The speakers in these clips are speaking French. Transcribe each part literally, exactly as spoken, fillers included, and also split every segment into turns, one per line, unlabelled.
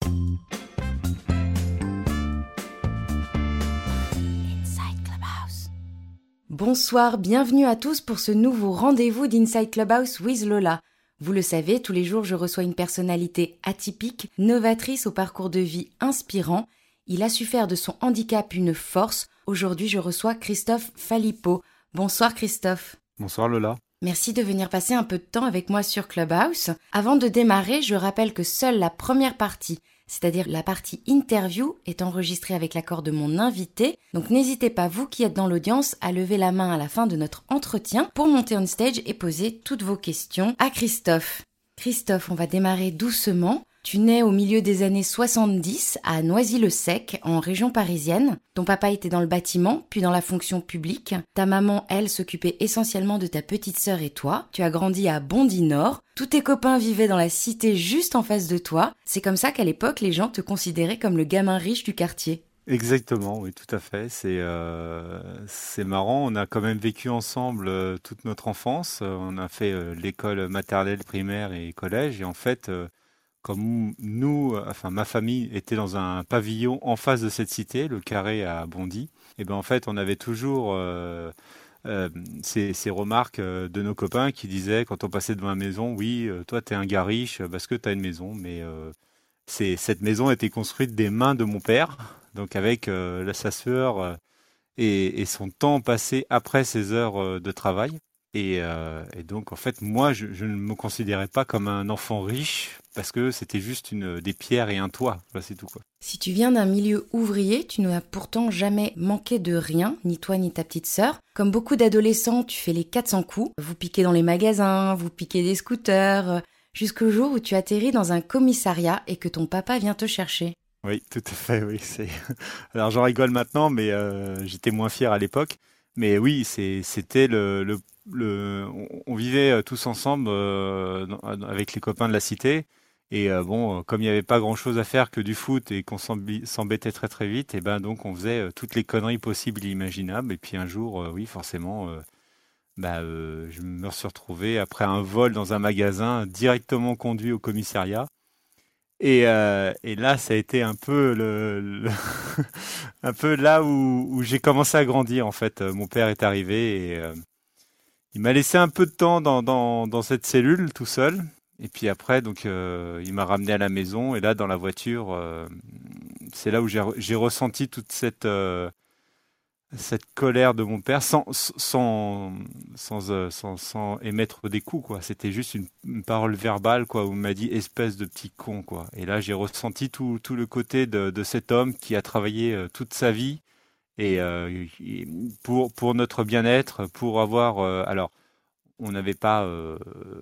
Bonsoir, bienvenue à tous pour ce nouveau rendez-vous d'Inside Clubhouse with Lola. Vous le savez, tous les jours je reçois une personnalité atypique, novatrice au parcours de vie inspirant. Il a su faire de son handicap une force. Aujourd'hui je reçois Christophe Phalippot. Bonsoir Christophe.
Bonsoir Lola.
Merci de venir passer un peu de temps avec moi sur Clubhouse. Avant de démarrer, je rappelle que seule la première partie, c'est-à-dire la partie interview, est enregistrée avec l'accord de mon invité. Donc n'hésitez pas, vous qui êtes dans l'audience, à lever la main à la fin de notre entretien pour monter on stage et poser toutes vos questions à Christophe. Christophe, on va démarrer doucement. Tu nais au milieu des années soixante-dix à Noisy-le-Sec, en région parisienne. Ton papa était dans le bâtiment, puis dans la fonction publique. Ta maman, elle, s'occupait essentiellement de ta petite sœur et toi. Tu as grandi à Bondy-Nord. Tous tes copains vivaient dans la cité juste en face de toi. C'est comme ça qu'à l'époque, les gens te considéraient comme le gamin riche du quartier.
Exactement, oui, tout à fait. C'est euh, c'est marrant. On a quand même vécu ensemble euh, toute notre enfance. Euh, on a fait euh, l'école maternelle, primaire et collège. Et en fait, euh, comme nous, euh, enfin ma famille était dans un pavillon en face de cette cité, le Carré à Bondy, et ben en fait, on avait toujours euh, euh, ces, ces remarques euh, de nos copains qui disaient quand on passait devant la maison, oui, euh, toi t'es un gars riche parce que t'as une maison, mais euh, c'est cette maison a été construite des mains de mon père, donc avec euh, sa sueur euh, et, et son temps passé après ses heures euh, de travail. Et, euh, et donc, en fait, moi, je, je ne me considérais pas comme un enfant riche parce que c'était juste une, des pierres et un toit. Voilà, c'est tout, quoi.
Si tu viens d'un milieu ouvrier, tu n'as pourtant jamais manqué de rien, ni toi ni ta petite sœur. Comme beaucoup d'adolescents, tu fais les quatre cents coups. Vous piquez dans les magasins, vous piquez des scooters, jusqu'au jour où tu atterris dans un commissariat et que ton papa vient te chercher.
Oui, tout à fait, oui. C'est... Alors, j'en rigole maintenant, mais euh, j'étais moins fier à l'époque. Mais oui, c'est, c'était le, le, le, on vivait tous ensemble euh, avec les copains de la cité. Et euh, bon, comme il n'y avait pas grand-chose à faire que du foot et qu'on s'embêtait très très vite, et ben donc on faisait toutes les conneries possibles et imaginables. Et puis un jour, euh, oui, forcément, euh, bah, euh, je me suis retrouvé après un vol dans un magasin directement conduit au commissariat. Et, euh, et là, ça a été un peu le, le un peu là où, où j'ai commencé à grandir en fait. Mon père est arrivé et euh, il m'a laissé un peu de temps dans, dans, dans cette cellule tout seul. Et puis après, donc euh, il m'a ramené à la maison et là dans la voiture, euh, c'est là où j'ai, j'ai ressenti toute cette euh, cette colère de mon père sans sans sans, euh, sans, sans émettre des coups, quoi. C'était juste une, une parole verbale, quoi, où il m'a dit espèce de petit con, quoi. Et là j'ai ressenti tout tout le côté de, de cet homme qui a travaillé euh, toute sa vie et, euh, et pour pour notre bien-être, pour avoir euh, alors on n'avait pas euh,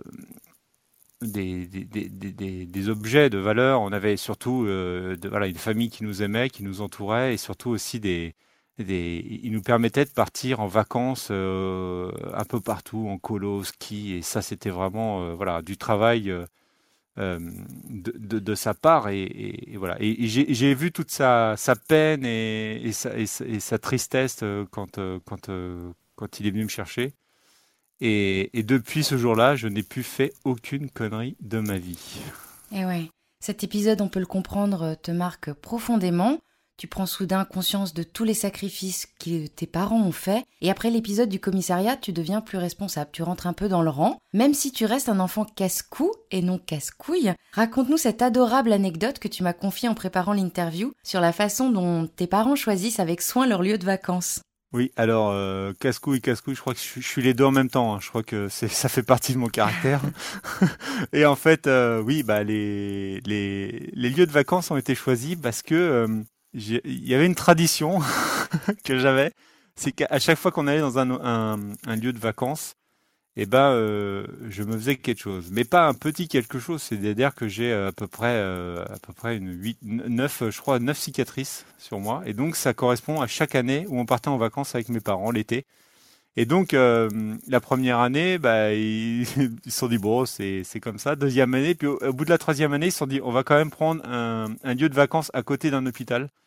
des, des, des, des, des objets de valeur, on avait surtout euh, de, voilà, une famille qui nous aimait, qui nous entourait et surtout aussi des Des, il nous permettait de partir en vacances euh, un peu partout, en colo, au ski, et ça c'était vraiment euh, voilà, du travail euh, euh, de, de, de sa part, et, et, et voilà. Et, et j'ai, j'ai vu toute sa, sa peine et, et, sa, et, sa, et sa tristesse euh, quand, euh, quand, euh, quand il est venu me chercher. Et, et depuis ce jour-là, je n'ai plus fait aucune connerie de ma vie.
Et ouais, cet épisode, on peut le comprendre, te marque profondément. Tu prends soudain conscience de tous les sacrifices que tes parents ont faits. Et après l'épisode du commissariat, tu deviens plus responsable. Tu rentres un peu dans le rang. Même si tu restes un enfant casse-cou et non casse-couille, raconte-nous cette adorable anecdote que tu m'as confiée en préparant l'interview sur la façon dont tes parents choisissent avec soin leur lieu de vacances.
Oui, alors euh, casse-couille, casse-couille, je crois que je suis, je suis les deux en même temps. Hein. Je crois que c'est, ça fait partie de mon caractère. Et en fait, euh, oui, bah les, les les lieux de vacances ont été choisis parce que euh, j'ai- il y avait une tradition que j'avais, c'est qu'à chaque fois qu'on allait dans un, un, un lieu de vacances, eh ben, euh, je me faisais quelque chose, mais pas un petit quelque chose. C'est-à-dire que j'ai euh, à peu près, euh, à peu près une huit, neuf, je crois, neuf cicatrices sur moi, et donc ça correspond à chaque année où on partait en vacances avec mes parents l'été. Et donc euh, la première année, bah, ils ils se sont dit bon, c'est c'est comme ça. Deuxième année, puis au, au bout de la troisième année, ils se sont dit on va quand même prendre un, un lieu de vacances à côté d'un hôpital.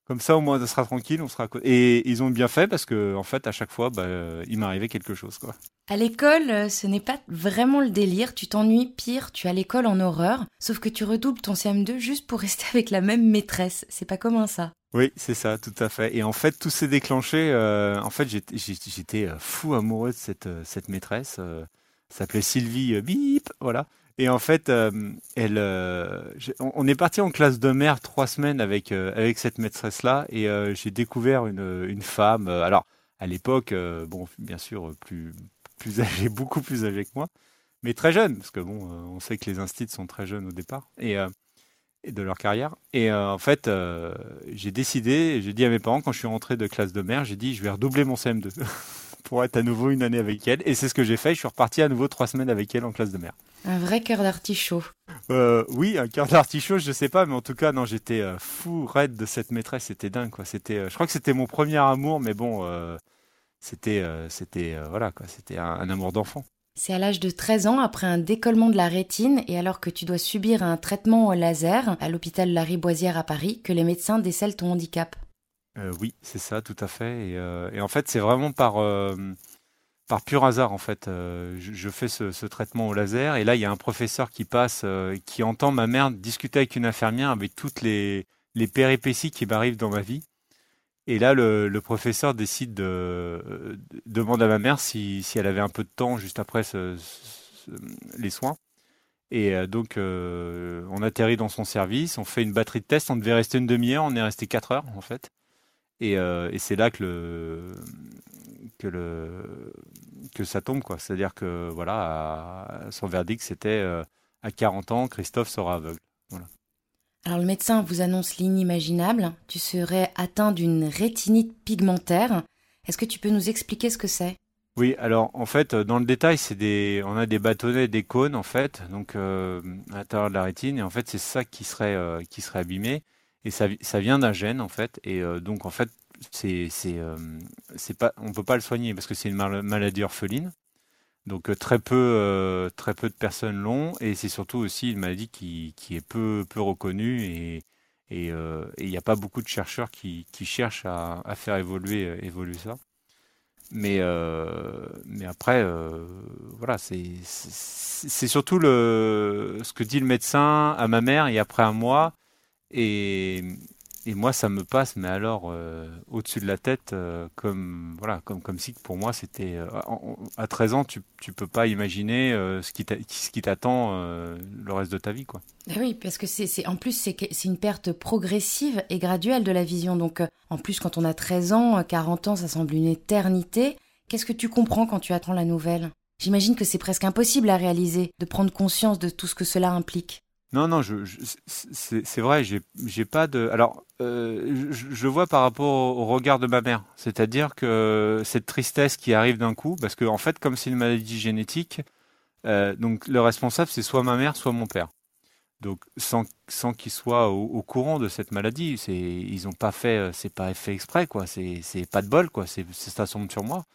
Comme ça, au moins, ça sera tranquille, on sera à côté. Et ils ont bien fait parce que, en fait, à chaque fois, bah, euh, il m'arrivait quelque chose, quoi.
À l'école, euh, ce n'est pas vraiment le délire, tu t'ennuies, pire, tu as l'école en horreur, sauf que tu redoubles ton C M deux juste pour rester avec la même maîtresse. C'est pas commun ça.
Oui, c'est ça, tout à fait. Et en fait, tout s'est déclenché. Euh, en fait, j'étais, j'ai- j'étais euh, fou amoureux de cette, euh, cette maîtresse. Euh, elle s'appelait Sylvie euh, Bip, voilà. Et en fait, euh, elle, euh, j'ai- on on est parti en classe de mer trois semaines avec euh, avec cette maîtresse-là, et euh, j'ai découvert une une femme. euh, alors, à l'époque, euh, bon, bien sûr, plus plus âgée, beaucoup plus âgée que moi, mais très jeune, parce que bon, euh, on sait que les instits sont très jeunes au départ. Et euh, et de leur carrière. Et euh, en fait, euh, j'ai décidé, j'ai dit à mes parents quand je suis rentré de classe de mer, j'ai dit je vais redoubler mon C M deux pour être à nouveau une année avec elle. Et c'est ce que j'ai fait. Je suis reparti à nouveau trois semaines avec elle en classe de mer.
Un vrai cœur d'artichaut.
Euh, oui, un cœur d'artichaut, je sais pas, mais en tout cas, non, j'étais euh, fou raide de cette maîtresse. C'était dingue, quoi. C'était, euh, je crois que c'était mon premier amour, mais bon, euh, c'était, euh, c'était, euh, voilà, quoi. C'était un, un amour d'enfant.
C'est à l'âge de treize ans, après un décollement de la rétine et alors que tu dois subir un traitement au laser à l'hôpital Lariboisière à Paris, que les médecins décèlent ton handicap.
Euh, oui, c'est ça, tout à fait. Et, euh, et en fait, c'est vraiment par euh, par pur hasard, en fait. Euh, je, je fais ce, ce traitement au laser et là, il y a un professeur qui passe, euh, qui entend ma mère discuter avec une infirmière avec toutes les, les péripéties qui m'arrivent dans ma vie. Et là, le, le professeur décide de, euh, de- demande à ma mère si, si elle avait un peu de temps juste après ce- ce- les soins. Et euh, donc, euh, on atterrit dans son service, on fait une batterie de tests, on devait rester une demi-heure, on est resté quatre heures en fait. Et, euh, et c'est là que le, que le, que ça tombe, quoi. C'est-à-dire que, voilà, à- son verdict, c'était euh, à quarante ans, Christophe sera aveugle. Voilà.
Alors le médecin vous annonce l'inimaginable, tu serais atteint d'une rétinite pigmentaire. Est-ce que tu peux nous expliquer ce que c'est?
Oui, alors en fait, euh, dans le détail, c'est des, on a des bâtonnets, des cônes en fait, donc euh, à l'intérieur de la rétine, et en fait, c'est ça qui serait, euh, qui serait abîmé, et ça, vi- ça vient d'un gène en fait, et euh, donc en fait, c'est, c'est, euh, c'est pas, on peut pas le soigner parce que c'est une mal- maladie orpheline. Donc euh, très peu, euh, très peu de personnes l'ont, et c'est surtout aussi une maladie qui, qui est peu, peu reconnue, et et euh, et il n'y a pas beaucoup de chercheurs qui, qui cherchent à, à faire évoluer, euh, évoluer ça. Mais euh, mais après, euh, voilà, c'est c'est c'est surtout le ce que dit le médecin à ma mère et après à moi, et et moi, ça me passe, mais alors euh, au-dessus de la tête, euh, comme voilà, comme comme si pour moi c'était euh, en- en- à treize ans, tu tu peux pas imaginer euh, ce qui t'a- ce qui t'attend euh, le reste de ta vie, quoi.
Ah oui, parce que c'est, c'est en plus c'est, que- c'est une perte progressive et graduelle de la vision. Donc euh, en plus quand on a treize ans, euh, quarante ans, ça semble une éternité. Qu'est-ce que tu comprends quand tu apprends la nouvelle? J'imagine que c'est presque impossible à réaliser, de prendre conscience de tout ce que cela implique.
Non, non, je, je- c'est c'est vrai, j'ai j'ai pas de. Alors, euh, je, je vois par rapport au, au regard de ma mère, c'est-à-dire que cette tristesse qui arrive d'un coup, parce que en fait, comme c'est une maladie génétique, euh, donc le responsable c'est soit ma mère, soit mon père. Donc sans sans qu'ils soient au, au courant de cette maladie, c'est ils ont pas fait, euh, c'est pas fait exprès quoi, c'est c'est pas de bol quoi, c'est c'est- ça tombe sur moi.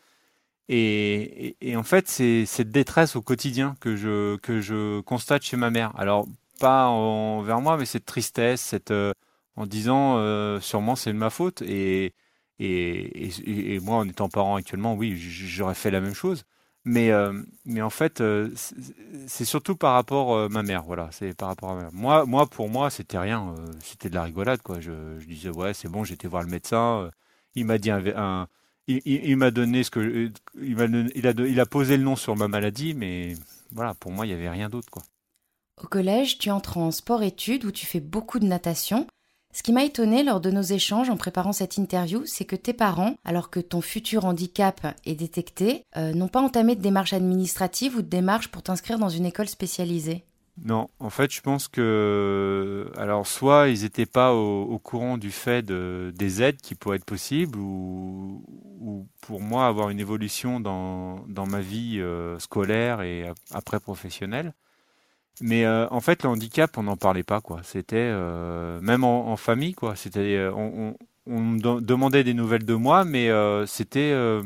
Et, et, et en fait, c'est cette détresse au quotidien que je, que je constate chez ma mère. Alors, pas envers moi, mais cette tristesse, cette, euh, en disant euh, sûrement c'est de ma faute. Et, et, et, et moi, en étant parent actuellement, oui, j- j'aurais fait la même chose. Mais, euh, mais en fait, euh, c'est c'est surtout par rapport à ma mère. Voilà, c'est par rapport à ma mère. Moi, moi pour moi, c'était rien. euh, C'était de la rigolade, quoi. Je, je disais, ouais, c'est bon, j'étais voir le médecin. euh, Il m'a dit un, un- il, il- il m'a donné ce que il m'a donné- il a, il a posé le nom sur ma maladie, mais voilà, pour moi, il y avait rien d'autre, quoi.
Au collège, tu entres en sport-études où tu fais beaucoup de natation. Ce qui m'a étonné lors de nos échanges en préparant cette interview, c'est que tes parents, alors que ton futur handicap est détecté, euh, n'ont pas entamé de démarche administrative ou de démarche pour t'inscrire dans une école spécialisée.
Non, en fait, je pense que alors soit ils n'étaient pas au, au courant du fait de, des aides qui pourraient être possibles, ou, ou pour moi avoir une évolution dans, dans ma vie euh, scolaire et ap- après professionnelle. Mais euh, en fait, le handicap, on n'en parlait pas, quoi. C'était euh, même en, en famille, quoi. C'était euh, on, on, on me de- demandait des nouvelles de moi, mais euh, c'était euh,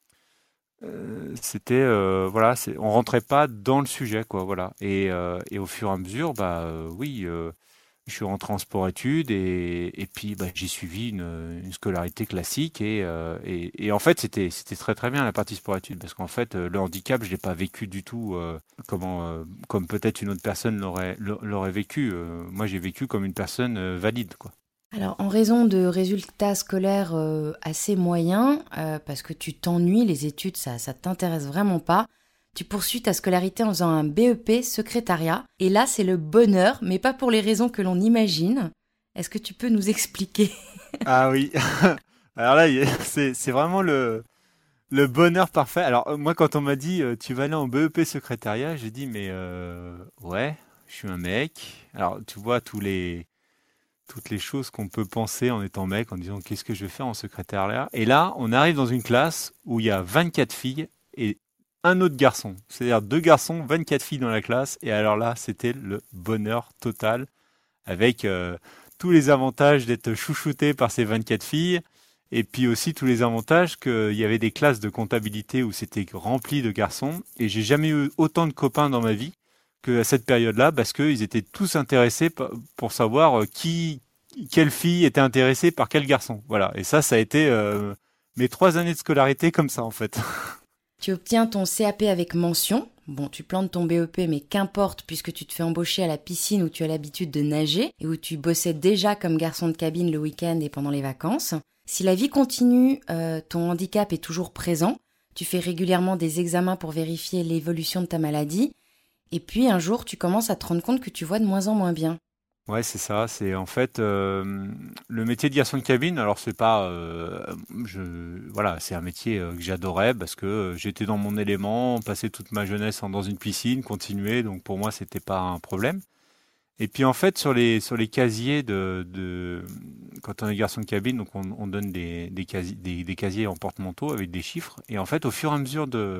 euh, c'était euh, voilà, c'est, on rentrait pas dans le sujet, quoi. Voilà. Et, euh, et au fur et à mesure, bah euh, oui, euh, Je suis rentré en sport-études et, et puis bah, j'ai suivi une, une scolarité classique et, euh, et, et en fait c'était c'était très très bien la partie sport-études parce qu'en fait euh, le handicap je l'ai pas vécu du tout euh, comment euh, comme peut-être une autre personne l'aurait l'aurait vécu. Euh, moi j'ai vécu comme une personne euh, valide quoi.
Alors, en raison de résultats scolaires euh, assez moyens, euh, parce que tu t'ennuies, les études, ça, ça t'intéresse vraiment pas, tu poursuis ta scolarité en faisant un B E P secrétariat. Et là, c'est le bonheur, mais pas pour les raisons que l'on imagine. Est-ce que tu peux nous expliquer?
Ah oui. Alors là, il y a- c'est c'est vraiment le le bonheur parfait. Alors euh, moi, quand on m'a dit euh, tu vas aller en B E P secrétariat, j'ai dit mais euh, ouais, je suis un mec. Alors tu vois tous les toutes les choses qu'on peut penser en étant mec, en disant qu'est-ce que je vais faire en secrétariat. Et là, on arrive dans une classe où il y a vingt-quatre filles et un autre garçon. C'est-à-dire deux garçons, vingt-quatre filles dans la classe. Et alors là, c'était le bonheur total avec euh, tous les avantages d'être chouchouté par ces vingt-quatre filles. Et puis aussi tous les avantages qu'il y avait des classes de comptabilité où c'était rempli de garçons. Et j'ai jamais eu autant de copains dans ma vie qu'à cette période-là parce qu'ils étaient tous intéressés pour savoir euh, qui, quelle fille était intéressée par quel garçon. Voilà. Et ça, ça a été euh, mes trois années de scolarité comme ça en fait.
Tu obtiens ton C A P avec mention. Bon, tu plantes ton B E P, mais qu'importe, puisque tu te fais embaucher à la piscine où tu as l'habitude de nager et où tu bossais déjà comme garçon de cabine le week-end et pendant les vacances. Si la vie continue, euh, ton handicap est toujours présent. Tu fais régulièrement des examens pour vérifier l'évolution de ta maladie. Et puis un jour, tu commences à te rendre compte que tu vois de moins en moins bien.
Ouais, c'est ça. C'est en fait euh, le métier de garçon de cabine. Alors c'est pas, euh, je, voilà, c'est un métier euh, que j'adorais parce que euh, j'étais dans mon élément, passé toute ma jeunesse en- dans une piscine, continuer. Donc pour moi, c'était pas un problème. Et puis en fait, sur les sur les casiers de, de quand on est garçon de cabine, donc on, on donne des des, casiers, des des casiers en porte-manteau avec des chiffres. Et en fait, au fur et à mesure de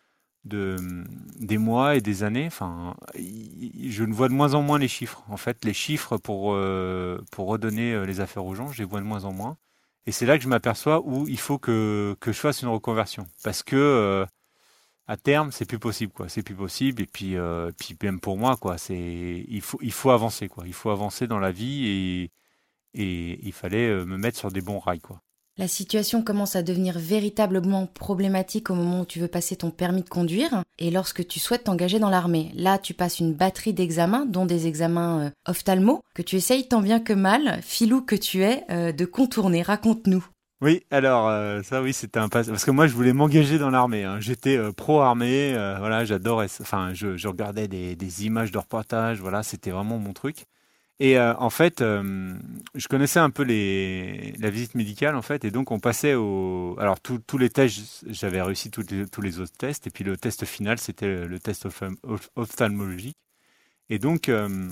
de des mois et des années, enfin, i- je ne vois de moins en moins les chiffres. En fait, les chiffres pour euh, pour redonner euh, les affaires aux gens, je les vois de moins en moins. Et c'est là que je m'aperçois où il faut que que je fasse une reconversion, parce que euh, à terme, c'est plus possible, quoi. C'est plus possible. Et puis, euh, puis même pour moi, quoi, c'est il faut il faut avancer, quoi. Il faut avancer dans la vie et et il fallait euh, me mettre sur des bons rails, quoi.
La situation commence à devenir véritablement problématique au moment où tu veux passer ton permis de conduire et lorsque tu souhaites t'engager dans l'armée. Là, tu passes une batterie d'examens, dont des examens euh, ophtalmo, que tu essayes tant bien que mal, filou que tu es, euh, de contourner. Raconte-nous.
Oui, alors euh, ça oui, c'était un pas parce que moi je voulais m'engager dans l'armée, hein. J'étais euh, pro-armée, euh, voilà, j'adorais ça. Enfin, je, je regardais des, des images de reportages, voilà, c'était vraiment mon truc. Et euh, en fait, euh, je connaissais un peu les la visite médicale en fait, et donc on passait au alors tous tous les tests, j'avais réussi tous les, tous les autres tests, et puis le test final c'était le, le test ophthalm- oph- ophtalmologique. Et donc euh,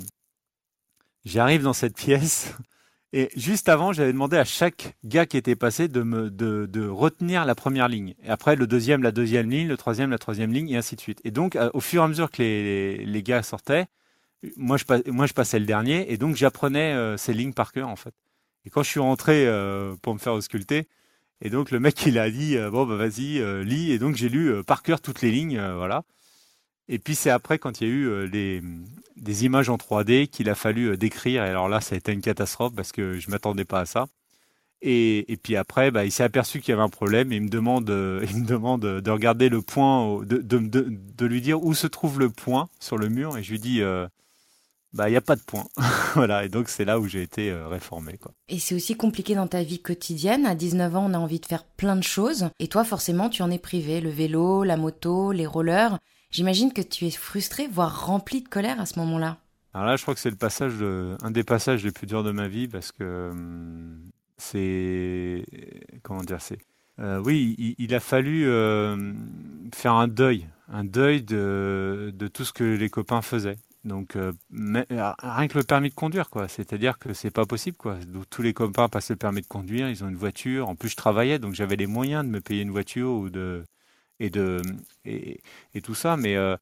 j'arrive dans cette pièce. Et juste avant, j'avais demandé à chaque gars qui était passé de me de, de retenir la première ligne. Et après, le deuxième, la deuxième ligne, le troisième, la troisième ligne, et ainsi de suite. Et donc, à- au fur et à mesure que les, les, les gars sortaient, moi je, pas- moi je passais le dernier, et donc j'apprenais euh, ces lignes par cœur, en fait. Et quand je suis rentré euh, pour me faire ausculter, et donc le mec il a dit euh, bon bah vas-y euh, lis, et donc j'ai lu euh, par cœur toutes les lignes, euh, voilà. Et puis c'est après, quand il y a eu euh, les, des images en trois D, qu'il a fallu euh, décrire. Et alors là, ça a été une catastrophe parce que je m'attendais pas à ça. Et, et puis après, bah, il s'est aperçu qu'il y avait un problème et il me demande, euh, il me demande de regarder le point, au- de, de, de, de lui dire où se trouve le point sur le mur. Et je lui dis, euh, bah, il n'y a pas de point. Voilà. Et donc c'est là où j'ai été euh, réformé, quoi.
Et c'est aussi compliqué dans ta vie quotidienne. À dix-neuf ans, on a envie de faire plein de choses. Et toi, forcément, tu en es privé. Le vélo, la moto, les rollers. J'imagine que tu es frustré, voire rempli de colère à ce moment-là.
Alors là, je crois que c'est le passage, de, un des passages les plus durs de ma vie parce que hum, c'est, comment dire, c'est, euh, oui, il, il a fallu euh, faire un deuil, un deuil de, de tout ce que les copains faisaient. Donc euh, mais- euh, rien que le permis de conduire, quoi. C'est-à-dire que c'est pas possible, quoi. Donc, tous les copains passent le permis de conduire, ils ont une voiture. En plus, je travaillais, donc j'avais les moyens de me payer une voiture ou de et de et, et tout ça, mais euh,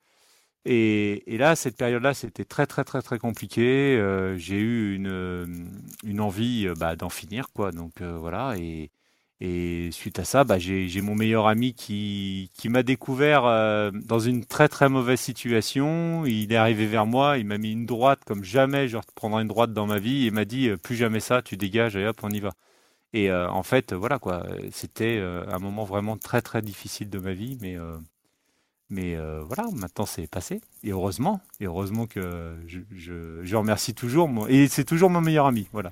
et, et là, cette période-là, c'était très, très, très, très compliqué. Euh, j'ai eu une, euh, une envie euh, bah, d'en finir, quoi. Donc euh, voilà. Et, Et suite à ça, bah, j'ai, j'ai mon meilleur ami qui, qui m'a découvert euh, dans une très très mauvaise situation. Il est arrivé vers moi, il m'a mis une droite comme jamais je reprendrai une droite dans ma vie. Et il m'a dit euh, plus jamais ça, tu dégages et hop, on y va. Et euh, en fait, voilà quoi, c'était euh, un moment vraiment très très difficile de ma vie, mais euh, mais euh, voilà, maintenant c'est passé. Et heureusement, et heureusement que je, je, je remercie toujours, mon, et c'est toujours mon meilleur ami, voilà.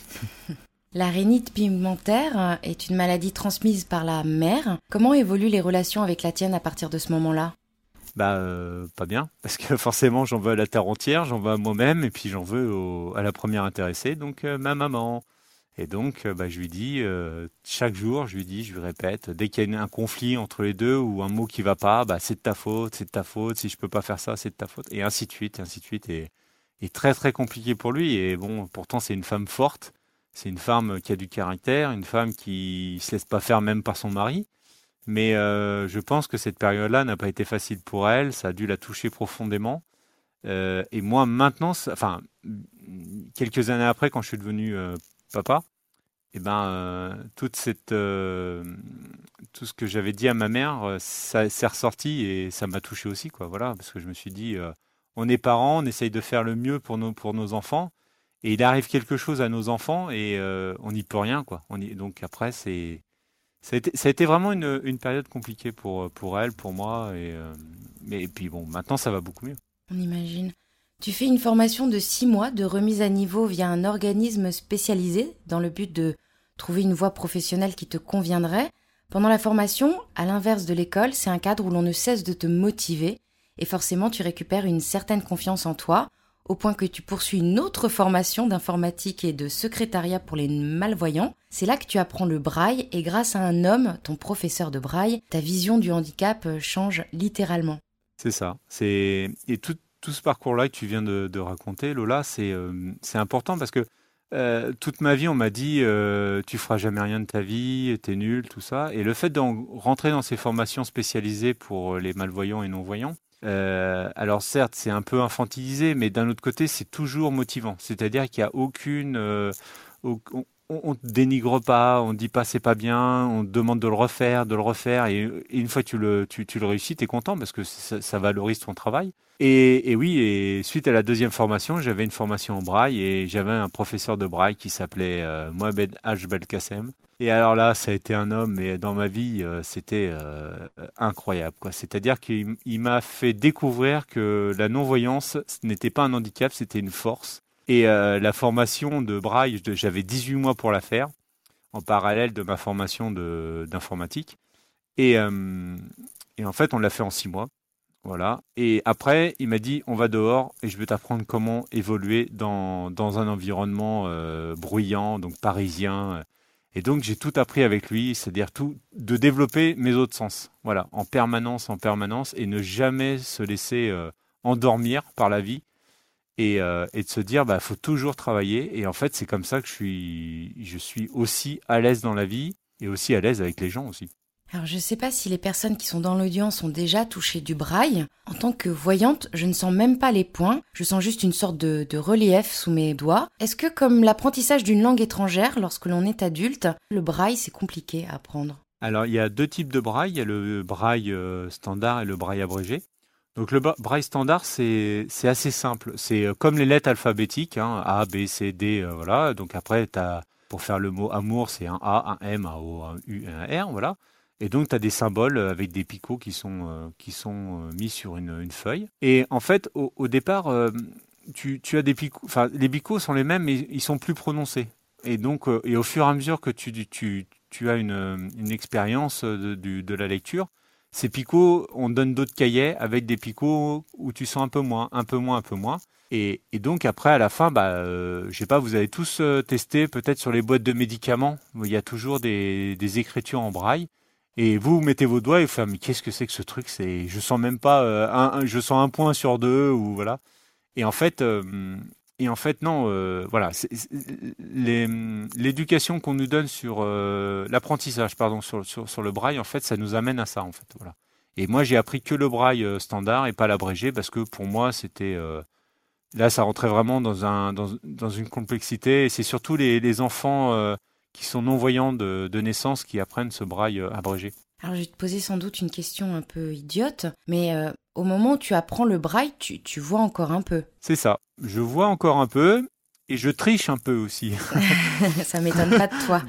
La rhinite pigmentaire est une maladie transmise par la mère. Comment évoluent les relations avec la tienne à partir de ce moment-là?
Bah euh, pas bien, parce que forcément j'en veux à la terre entière, j'en veux à moi-même, et puis j'en veux au- à la première intéressée, donc euh, ma maman. Et donc, euh, bah, je lui dis, euh, chaque jour, je lui dis, je lui répète, dès qu'il y a une- un conflit entre les deux ou un mot qui va pas, bah, c'est de ta faute, c'est de ta faute, si je peux pas faire ça, c'est de ta faute, et ainsi de suite, et ainsi de suite, et, et très très compliqué pour lui, et bon, pourtant c'est une femme forte, c'est une femme qui a du caractère, une femme qui se laisse pas faire même par son mari, mais euh, je pense que cette période-là n'a pas été facile pour elle, ça a dû la toucher profondément, euh, et moi maintenant, ça- enfin, quelques années après, quand je suis devenu euh, papa, et ben, euh, toute cette, euh, tout ce que j'avais dit à ma mère, euh, ça s'est ressorti et ça m'a touché aussi, quoi. Voilà, parce que je me suis dit, euh, on est parents, on essaye de faire le mieux pour nos, pour nos enfants, et il arrive quelque chose à nos enfants et euh, on n'y peut rien, quoi. On y, donc après, c'est, ça a été, ça a été vraiment une, une période compliquée pour, pour elle, pour moi, et, euh, mais et puis bon, maintenant ça va beaucoup mieux.
On imagine. Tu fais une formation de six mois de remise à niveau via un organisme spécialisé dans le but de trouver une voie professionnelle qui te conviendrait. Pendant la formation, à l'inverse de l'école, c'est un cadre où l'on ne cesse de te motiver et forcément tu récupères une certaine confiance en toi au point que tu poursuis une autre formation d'informatique et de secrétariat pour les malvoyants. C'est là que tu apprends le braille et grâce à un homme, ton professeur de braille, ta vision du handicap change littéralement.
C'est ça. C'est et tout, tout ce parcours-là que tu viens de, de raconter, Lola, c'est euh, c'est important parce que euh, toute ma vie, on m'a dit euh, tu feras jamais rien de ta vie, t'es nul, tout ça. Et le fait de rentrer dans ces formations spécialisées pour les malvoyants et non-voyants, euh, alors certes, c'est un peu infantilisé, mais d'un autre côté, c'est toujours motivant. C'est-à-dire qu'il n'y a aucune, euh, au- on, on te dénigre pas, on te dit pas c'est pas bien, on te demande de le refaire, de le refaire, et, et une fois que tu le, tu, tu le réussis, t'es content parce que ça, ça valorise ton travail. Et, et oui, et suite à la deuxième formation, j'avais une formation en braille et j'avais un professeur de braille qui s'appelait euh, Mohamed H. Belkacem. Et alors là, ça a été un homme, mais dans ma vie, euh, c'était euh, incroyable, quoi. C'est-à-dire qu'il il m'a fait découvrir que la non-voyance, ce n'était pas un handicap, c'était une force. Et euh, la formation de braille, je- j'avais dix-huit mois pour la faire, en parallèle de ma formation de, d'informatique. Et, euh, et en fait, on l'a fait en six mois. Voilà. Et après, il m'a dit, on va dehors et je vais t'apprendre comment évoluer dans, dans un environnement euh, bruyant, donc parisien. Et donc, j'ai tout appris avec lui, c'est-à-dire tout, de développer mes autres sens. Voilà, en permanence, en permanence, et ne jamais se laisser euh, endormir par la vie et, euh, et de se dire, bah, faut toujours travailler. Et en fait, c'est comme ça que je suis, je suis aussi à l'aise dans la vie et aussi à l'aise avec les gens aussi.
Alors je ne sais pas si les personnes qui sont dans l'audience ont déjà touché du braille. En tant que voyante, je ne sens même pas les points, je sens juste une sorte de, de relief sous mes doigts. Est-ce que comme l'apprentissage d'une langue étrangère, lorsque l'on est adulte, le braille c'est compliqué à apprendre?
Alors, il y a deux types de braille. Il y a le braille euh, standard et le braille abrégé. Donc, le bra- braille standard, c'est c'est assez simple. C'est euh, comme les lettres alphabétiques, hein, A, B, C, D, euh, voilà. Donc, après, t'as, pour faire le mot amour, c'est un A, un M, un O, un U et un R, voilà. Et donc, tu as des symboles euh, avec des picots qui sont, euh, qui sont euh, mis sur une, une feuille. Et en fait, au, au départ, euh, tu, tu as des picots, enfin, les picots sont les mêmes, mais ils sont plus prononcés. Et donc, euh, et au fur et à mesure que tu, tu, tu as une, euh, une expérience de, du- de la lecture, ces picots, on donne d'autres cahiers avec des picots où tu sens un peu moins, un peu moins, un peu moins. Et, et donc après, à la fin, bah, euh, je sais pas, vous avez tous euh, testé peut-être sur les boîtes de médicaments, il y a toujours des, des écritures en braille. Et vous, vous mettez vos doigts et vous faites, mais qu'est-ce que c'est que ce truc? C'est, je sens même pas, euh, un, un- je sens un point sur deux ou voilà. Et en fait, euh, et en fait, non, euh, voilà, c'est- c'est- les- l'éducation qu'on nous donne sur euh, l'apprentissage, pardon, sur, sur, sur le braille, en fait, ça nous amène à ça, en fait, voilà. Et moi, j'ai appris que le braille euh, standard et pas l'abrégé parce que pour moi, c'était euh, là, ça rentrait vraiment dans un dans, dans une complexité. Et c'est surtout les, les enfants euh, qui sont non-voyants de, de naissance qui apprennent ce braille euh, abrégé.
Alors je vais te poser sans doute une question un peu idiote, mais euh, au moment où tu apprends le braille, tu, tu vois encore un peu.
C'est ça. Je vois encore un peu et je triche un peu aussi.
Ça m'étonne pas de toi.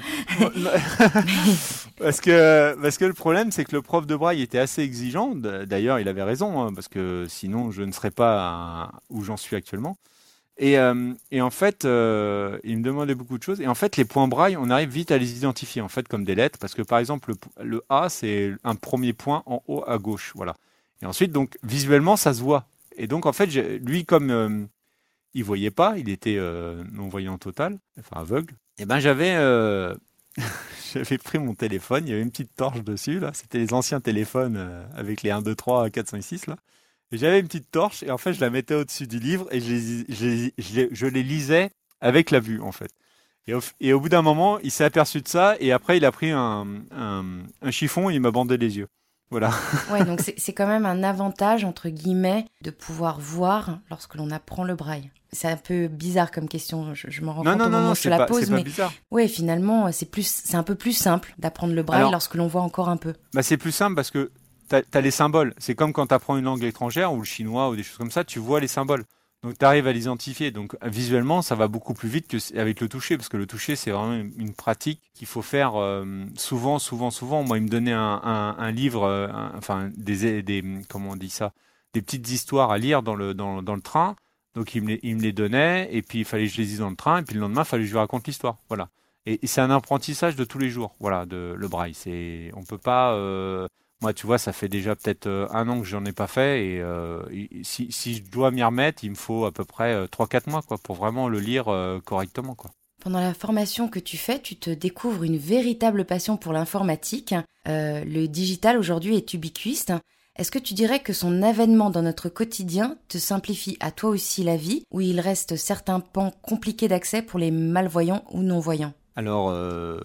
parce, que, parce que le problème, c'est que le prof de braille était assez exigeant. D'ailleurs, il avait raison, hein, parce que sinon, je ne serais pas à, où j'en suis actuellement. Et, euh, et en fait, euh, il me demandait beaucoup de choses. Et en fait, les points braille, on arrive vite à les identifier, en fait, comme des lettres. Parce que, par exemple, le, le A, c'est un premier point en haut à gauche. Voilà. Et ensuite, donc, visuellement, ça se voit. Et donc, en fait, lui, comme euh, il voyait pas, il était euh, non-voyant total, enfin aveugle, et ben j'avais... Euh, j'avais pris mon téléphone, il y avait une petite torche dessus, là. C'était les anciens téléphones euh, avec les un, deux, trois, quatre, cinq, six, là. Et j'avais une petite torche et en fait, je la mettais au-dessus du livre et je les, je les, je les, je les lisais avec la vue, en fait. Et au, et au bout d'un moment, il s'est aperçu de ça et après, il a pris un, un, un chiffon et il m'a bandé les yeux. Voilà.
Ouais, donc c'est, c'est quand même un avantage, entre guillemets, de pouvoir voir lorsque l'on apprend le braille. C'est un peu bizarre comme question, je, je m'en rends
non,
compte
non,
au
non,
moment
non,
où je te
c'est
la
pas,
pose,
c'est
mais
pas bizarre.
ouais, finalement, c'est plus, c'est un peu plus simple d'apprendre le braille
Alors,
lorsque l'on voit encore un peu.
Bah c'est plus simple parce que t'as, t'as les symboles. C'est comme quand tu apprends une langue étrangère ou le chinois ou des choses comme ça, tu vois les symboles. Donc tu arrives à les identifier. Donc visuellement, ça va beaucoup plus vite qu'avec le toucher, parce que le toucher, c'est vraiment une pratique qu'il faut faire euh, souvent, souvent, souvent. Moi, il me donnait un, un, un livre, euh, un, enfin des, des, comment on dit ça, des petites histoires à lire dans le, dans, dans le train. Donc il me, les, il me les donnait, et puis il fallait que je les dise dans le train, et puis le lendemain, il fallait que je lui raconte l'histoire. Voilà. Et, et c'est un apprentissage de tous les jours. Voilà, de, le braille. C'est, on peut pas. Euh, moi, tu vois, ça fait déjà peut-être euh, un an que j'en ai pas fait et euh, si, si je dois m'y remettre, il me faut à peu près euh, trois quatre mois quoi, pour vraiment le lire euh, correctement. Quoi.
Pendant la formation que tu fais, tu te découvres une véritable passion pour l'informatique. Euh, le digital aujourd'hui est ubiquiste. Est-ce que tu dirais que son avènement dans notre quotidien te simplifie à toi aussi la vie, ou il reste certains pans compliqués d'accès pour les malvoyants ou non-voyants ?
Alors, euh,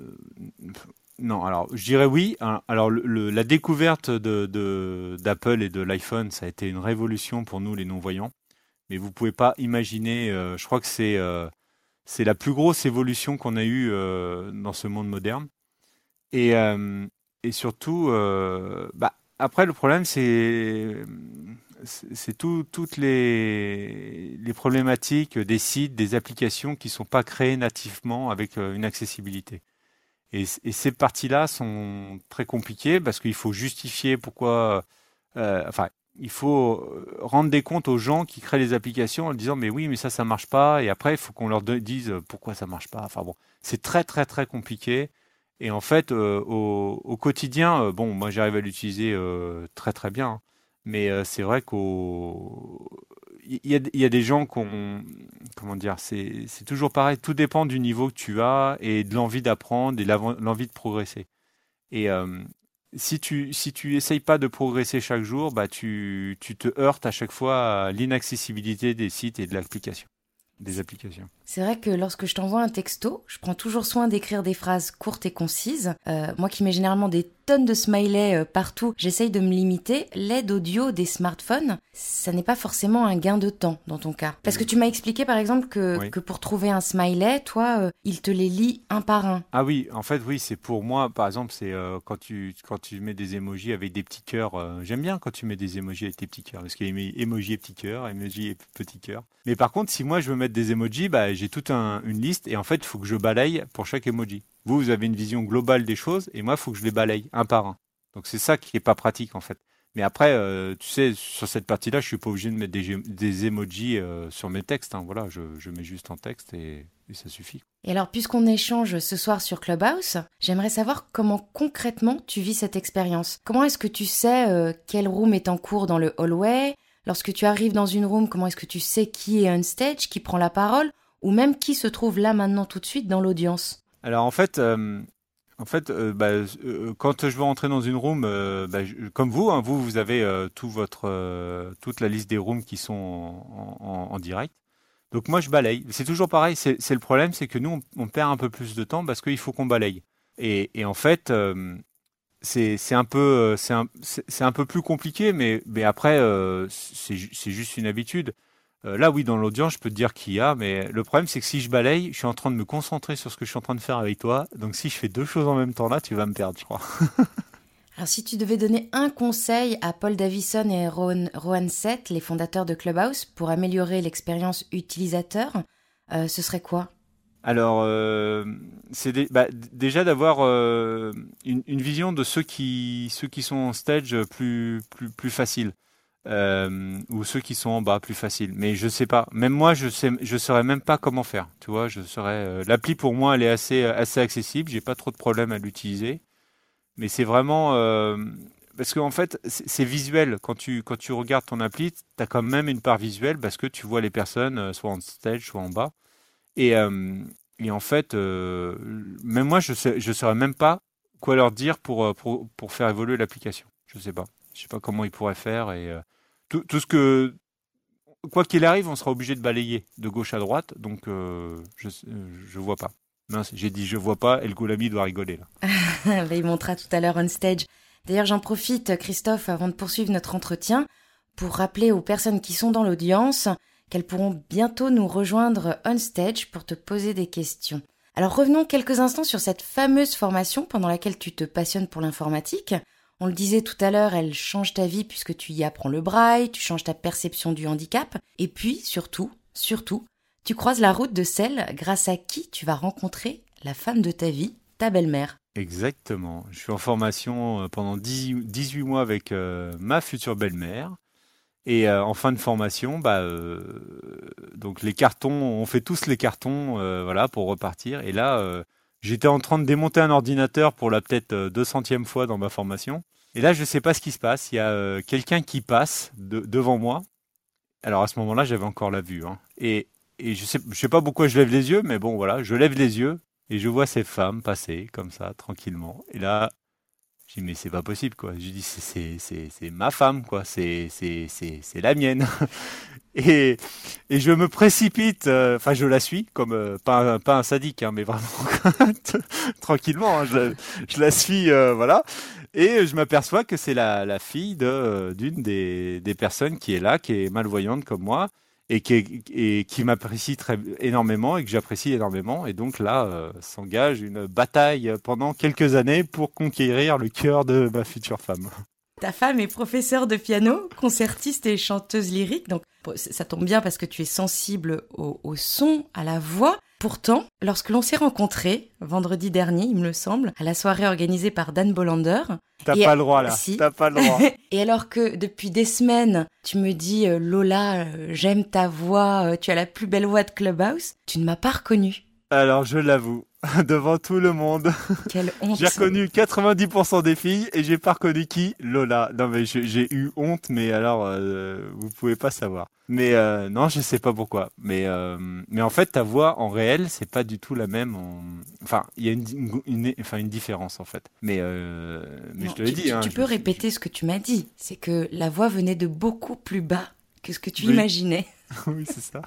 non, alors je dirais oui. Alors, le, le, la découverte de, de, d'Apple et de l'iPhone, ça a été une révolution pour nous les non-voyants. Mais vous pouvez pas imaginer, euh, je crois que c'est, euh, c'est la plus grosse évolution qu'on a eue euh, dans ce monde moderne. Et, euh, et surtout, euh, bah, après, le problème, c'est, c'est c'est tout, toutes les, les problématiques des sites, des applications qui sont pas créées nativement avec euh, une accessibilité. Et, et ces parties-là sont très compliquées parce qu'il faut justifier pourquoi, euh, enfin, il faut rendre des comptes aux gens qui créent les applications en disant mais oui, mais ça, ça marche pas. Et après, il faut qu'on leur de- dise pourquoi ça marche pas. Enfin bon, c'est très, très, très compliqué. Et en fait, euh, au, au quotidien, euh, bon, moi j'arrive à l'utiliser euh, très très bien, hein. Mais euh, c'est vrai qu'au il y a, il y a des gens qu'on, comment dire, c'est c'est toujours pareil. Tout dépend du niveau que tu as et de l'envie d'apprendre et l'avant- l'envie de progresser. Et euh, si tu si tu essayes pas de progresser chaque jour, bah tu tu te heurtes à chaque fois à l'inaccessibilité des sites et de l'application, des applications.
C'est vrai que lorsque je t'envoie un texto, je prends toujours soin d'écrire des phrases courtes et concises. Euh, moi qui mets généralement des tonnes de smileys euh, partout, j'essaye de me limiter. L'aide audio des smartphones, ça n'est pas forcément un gain de temps dans ton cas. Parce que tu m'as expliqué par exemple que,
Oui.
que pour trouver un smiley, toi, euh, il te les lit un par un.
Ah oui, en fait oui, c'est pour moi par exemple, c'est euh, quand tu quand tu mets des emojis avec des petits cœurs, euh, j'aime bien quand tu mets des emojis avec tes petits cœurs parce qu'il y a émo- emoji et petits cœurs, emoji et petits cœurs. Mais par contre, si moi je veux mettre des emojis, bah j'ai toute un- une liste et en fait, il faut que je balaye pour chaque emoji. Vous, vous avez une vision globale des choses et moi, il faut que je les balaye un par un. Donc c'est ça qui est pas pratique en fait. Mais après, euh, tu sais, sur cette partie-là, je suis pas obligé de mettre des, gé- des emojis euh, sur mes textes, hein. Voilà, je, je mets juste en texte et, et ça suffit.
Et alors, puisqu'on échange ce soir sur Clubhouse, j'aimerais savoir comment concrètement tu vis cette expérience. Comment est-ce que tu sais euh, quel room est en cours dans le hallway ? Lorsque tu arrives dans une room, comment est-ce que tu sais qui est on stage, qui prend la parole ? Ou même qui se trouve là maintenant tout de suite dans l'audience?
Alors en fait, euh, en fait, euh, bah, euh, quand je veux rentrer dans une room, euh, bah, je- comme vous, hein, vous, vous avez euh, tout votre, euh, toute la liste des rooms qui sont en, en- en direct. Donc moi, je balaye. C'est toujours pareil. C'est c'est le problème, c'est que nous, on, on perd un peu plus de temps parce qu'il faut qu'on balaye. Et, et en fait, euh, c'est c'est un peu, euh, c'est un, c'est c'est un peu plus compliqué, mais mais après, euh, c'est ju- c'est juste une habitude. Euh, là, oui, dans l'audience, je peux te dire qui y a, mais le problème, c'est que si je balaye, je suis en train de me concentrer sur ce que je suis en train de faire avec toi. Donc, si je fais deux choses en même temps là, tu vas me perdre, je crois.
Alors, si tu devais donner un conseil à Paul Davison et Rowan, Rowan Seth, les fondateurs de Clubhouse, pour améliorer l'expérience utilisateur, euh, ce serait quoi?
Alors, euh, c'est dé- bah, d- déjà d'avoir euh, une, une vision de ceux qui, ceux qui sont en stage plus, plus, plus facile. Euh, ou ceux qui sont en bas plus facile. Mais je sais pas. Même moi, je sais, je saurais même pas comment faire. Tu vois, je saurais. euh, L'appli pour moi, elle est assez, assez accessible. J'ai pas trop de problème à l'utiliser. Mais c'est vraiment euh, parce qu'en fait, c'est c'est visuel. Quand tu, quand tu regardes ton appli, tu as quand même une part visuelle parce que tu vois les personnes euh, soit en stage, soit en bas. Et, euh, et en fait, euh, même moi, je sais, je saurais même pas quoi leur dire pour, euh, pour, pour faire évoluer l'application. Je sais pas. Je sais pas comment ils pourraient faire et euh, tout, tout ce que quoi qu'il arrive, on sera obligé de balayer de gauche à droite, donc euh, je je vois pas. Mince, j'ai dit je vois pas et le Goulami doit rigoler là.
Bah, il montera tout à l'heure on stage. D'ailleurs, j'en profite, Christophe, avant de poursuivre notre entretien, pour rappeler aux personnes qui sont dans l'audience qu'elles pourront bientôt nous rejoindre on stage pour te poser des questions. Alors revenons quelques instants sur cette fameuse formation pendant laquelle tu te passionnes pour l'informatique. On le disait tout à l'heure, elle change ta vie puisque tu y apprends le braille, tu changes ta perception du handicap, et puis surtout, surtout, tu croises la route de celle grâce à qui tu vas rencontrer la femme de ta vie, ta belle-mère.
Exactement. Je suis en formation euh, pendant dix dix-huit mois avec euh, ma future belle-mère. Et euh, en fin de formation, bah, euh, donc les cartons, on fait tous les cartons, euh, voilà, pour repartir. Et là, euh, j'étais en train de démonter un ordinateur pour la peut-être euh, deux centième fois dans ma formation. Et là, je sais pas ce qui se passe. Il y a euh, quelqu'un qui passe de- devant moi. Alors à ce moment-là, j'avais encore la vue, hein. Et, et je sais, je sais pas pourquoi je lève les yeux, mais bon, voilà, je lève les yeux et je vois ces femmes passer comme ça, tranquillement. Et là, je dis mais c'est pas possible quoi. Je dis c'est c'est c'est c'est ma femme quoi. C'est c'est c'est c'est la mienne. Et et je me précipite. euh, Enfin, je la suis comme euh, pas un, pas un sadique, hein, mais vraiment tranquillement, hein, je, la- je la suis, euh, voilà. Et je m'aperçois que c'est la, la fille de, euh, d'une des, des personnes qui est là, qui est malvoyante comme moi, et qui, est- et qui m'apprécie très énormément et que j'apprécie énormément. Et donc là, euh, s'engage une bataille pendant quelques années pour conquérir le cœur de ma future femme.
Ta femme est professeure de piano, concertiste et chanteuse lyrique, donc bon, c- ça tombe bien parce que tu es sensible au, au son, à la voix. Pourtant, lorsque l'on s'est rencontrés, vendredi dernier, il me le semble, à la soirée organisée par Dan Bolander,
T'as
et
pas le droit là,
si,
t'as pas le droit.
et alors que depuis des semaines, tu me dis euh, Lola, euh, j'aime ta voix, euh, tu as la plus belle voix de Clubhouse, tu ne m'as pas reconnue.
Alors je l'avoue, devant tout le monde,
Quelle honte.
j'ai reconnu quatre-vingt-dix pour cent des filles et j'ai pas reconnu qui? Lola. Non mais je- j'ai eu honte, mais alors euh, vous pouvez pas savoir. Mais euh, non, je sais pas pourquoi. Mais euh, mais en fait ta voix en réel c'est pas du tout la même. En... Enfin il y a une, une, une- enfin une différence en fait. Mais euh, mais
Non,
je te l'ai
tu,
dit.
tu-
Hein,
tu
je
peux
me suis-
répéter ce que tu m'as dit. C'est que la voix venait de beaucoup plus bas que ce que tu
Oui.
imaginais.
Oui c'est ça.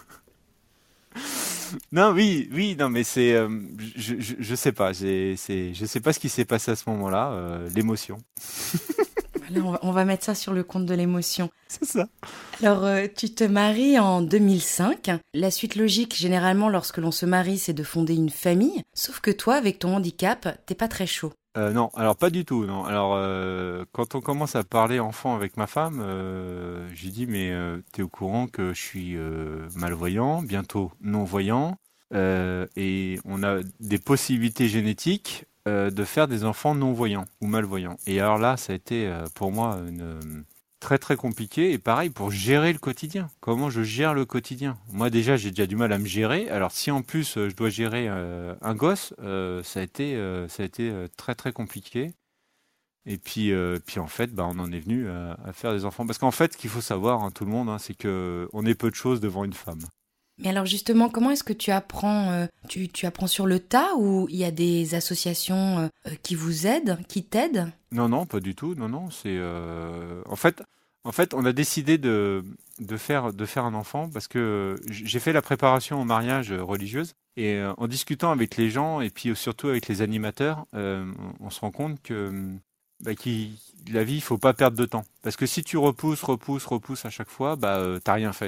Non, oui, oui, non, mais c'est, euh, je, je, je sais pas, j'ai, c'est, je sais pas ce qui s'est passé à ce moment-là, euh, l'émotion.
Voilà, on va, on va mettre ça sur le compte de l'émotion.
C'est ça.
Alors, euh, tu te maries en deux mille cinq. La suite logique, généralement, lorsque l'on se marie, c'est de fonder une famille. Sauf que toi, avec ton handicap, t'es pas très chaud.
Euh, non, alors pas du tout, non. Alors, euh, quand on commence à parler enfant avec ma femme, euh, j'ai dit, mais euh, t'es au courant que je suis euh, malvoyant, bientôt non-voyant, euh, et on a des possibilités génétiques euh, de faire des enfants non-voyants ou malvoyants. Et alors là, ça a été euh, pour moi une très très compliqué et pareil pour gérer le quotidien. Comment je gère le quotidien? Moi déjà j'ai déjà du mal à me gérer. Alors si en plus euh, je dois gérer euh, un gosse, euh, ça a été euh, ça a été euh, très très compliqué. Et puis euh, puis en fait bah on en est venu à, à faire des enfants parce qu'en fait ce qu'il faut savoir hein, tout le monde hein, c'est que on est peu de choses devant une femme.
Mais alors justement, comment est-ce que tu apprends euh, tu, tu apprends sur le tas ou il y a des associations euh, euh, qui vous aident, qui t'aident?
Non non pas du tout non non c'est euh, en fait en fait on a décidé de de faire de faire un enfant parce que j'ai fait la préparation au mariage religieuse. Et euh, en discutant avec les gens et puis surtout avec les animateurs, euh, on, on se rend compte que bah, qu'il- la vie, il faut pas perdre de temps. Parce que si tu repousses, repousses, repousses à chaque fois, bah euh, t'as rien fait.